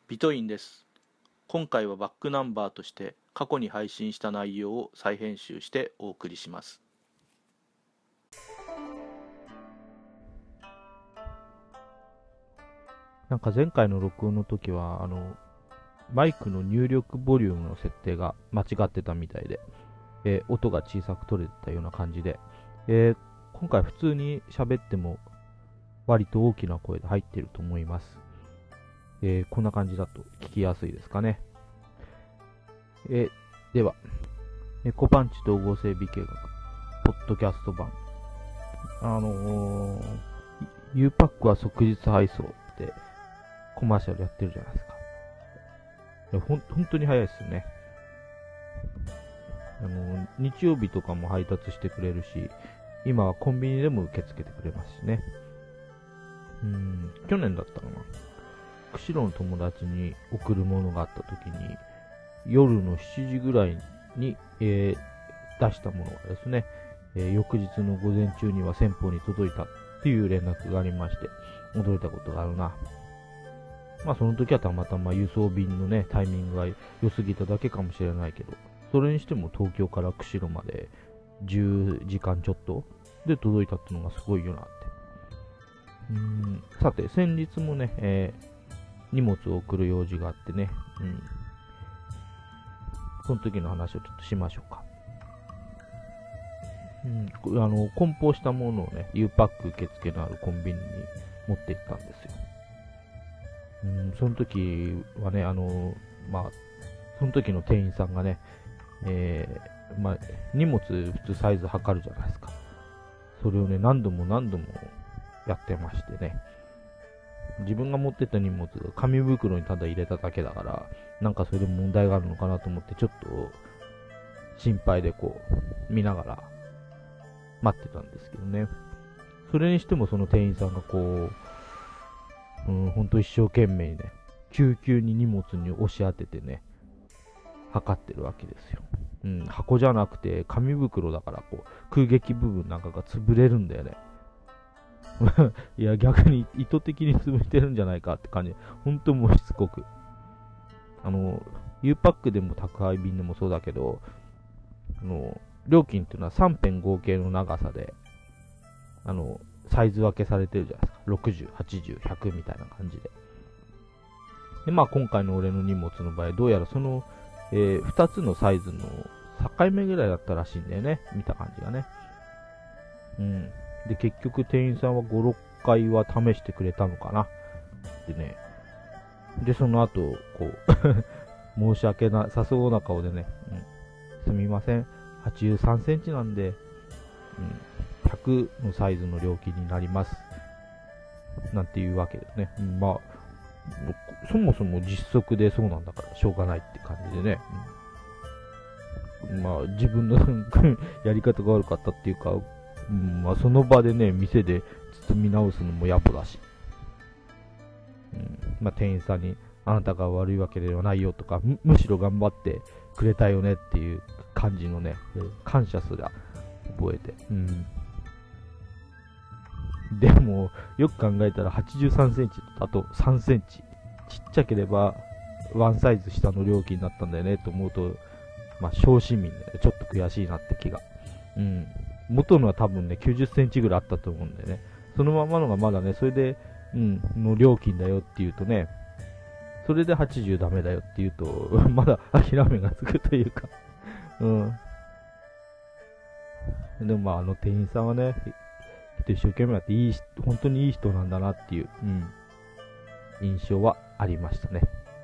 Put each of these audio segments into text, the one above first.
ビトインです。今回はバックナンバーとして過去に配信した内容を再編集してお送りします。 なんか前回の録音の時は、マイクの入力ボリュームの設定が間違ってたみたいで、音が小さく取れてたような感じで、今回普通に喋っても割と大きな声で入っていると思います。こんな感じだと聞きやすいですかね。では、コパンチ統合整備計画、ポッドキャスト版。U-PAC は即日配送ってコマーシャルやってるじゃないですか。本当に早いですよね。日曜日とかも配達してくれるし、今はコンビニでも受け付けてくれますしね。去年だったかな。釧路の友達に送るものがあった時に、夜の7時ぐらいに、出したものがですね、翌日の午前中には先方に届いたっていう連絡がありまして、驚いたことがあるな。まあその時はたまたま輸送便のね、タイミングが良すぎただけかもしれないけど、それにしても東京から釧路まで10時間ちょっとで届いたってのがすごいよなって。さて、先日もね、荷物を送る用事があってね、その時の話をちょっとしましょうか。梱包したものをね、U-PAC 受付のあるコンビニに持って行ったんですよ。その時はね、その時の店員さんがね、荷物普通サイズ測るじゃないですか。それをね、何度もやってましてね。自分が持ってった荷物、紙袋にただ入れただけだから、なんかそれで問題があるのかなと思って、ちょっと心配でこう、見ながら待ってたんですけどね。それにしてもその店員さんがこう、ほんと一生懸命にね、急々に荷物に押し当ててね、測ってるわけですよ。箱じゃなくて紙袋だからこう、空撃部分なんかが潰れるんだよね。いや、逆に意図的に潰れてるんじゃないかって感じ。ほんともうしつこく。U-PAC でも宅配便でもそうだけど、料金っていうのは3辺合計の長さで、サイズ分けされてるじゃないですか。60、80、100みたいな感じで。で、まあ今回の俺の荷物の場合、どうやらその、2つのサイズの境目ぐらいだったらしいんだよね。見た感じがね。で、結局店員さんは5、6回は試してくれたのかな。でね。で、その後、こう、申し訳なさそうな顔でね、すみません。83センチなんで、100のサイズの料金になります。なんていうわけでね。まあ、そもそも実測でそうなんだからしょうがないって感じでね。まあ、自分のやり方が悪かったっていうか、まあ、その場でね、店で包み直すのも野暮だし。まあ、店員さんに、あなたが悪いわけではないよとか、むしろ頑張ってくれたよねっていう感じのね、感謝すら覚えて。でも、よく考えたら83センチとあと3センチ。ちっちゃければ、ワンサイズ下の料金になったんだよねと思うと、まあ、小市民でちょっと悔しいなって気が。元のは多分ね、90センチぐらいあったと思うんでね。そのままのがまだね、それで、の料金だよって言うとね、それで80ダメだよって言うと、まだ諦めがつくというか、でもまあ、店員さんはね、一生懸命やって本当にいい人なんだなっていう、印象はありましたね。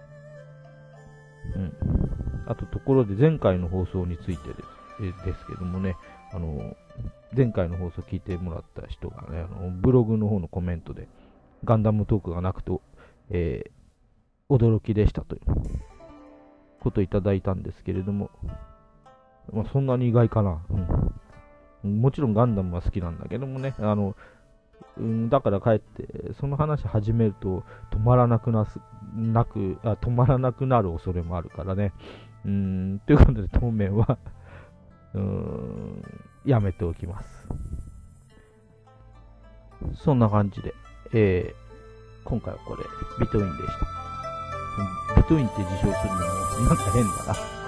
あと、ところで前回の放送についてですけどもね、前回の放送聞いてもらった人がね、ブログの方のコメントで、ガンダムトークがなくて、驚きでしたということをいただいたんですけれども、まあ、そんなに意外かな。もちろんガンダムは好きなんだけどもね、だからかえって、その話始めると止まらなくなる恐れもあるからね。ということで当面はやめておきます。そんな感じで、今回はこれ、ビトインでした。 ビトゥインって自称するのもなんか変だな。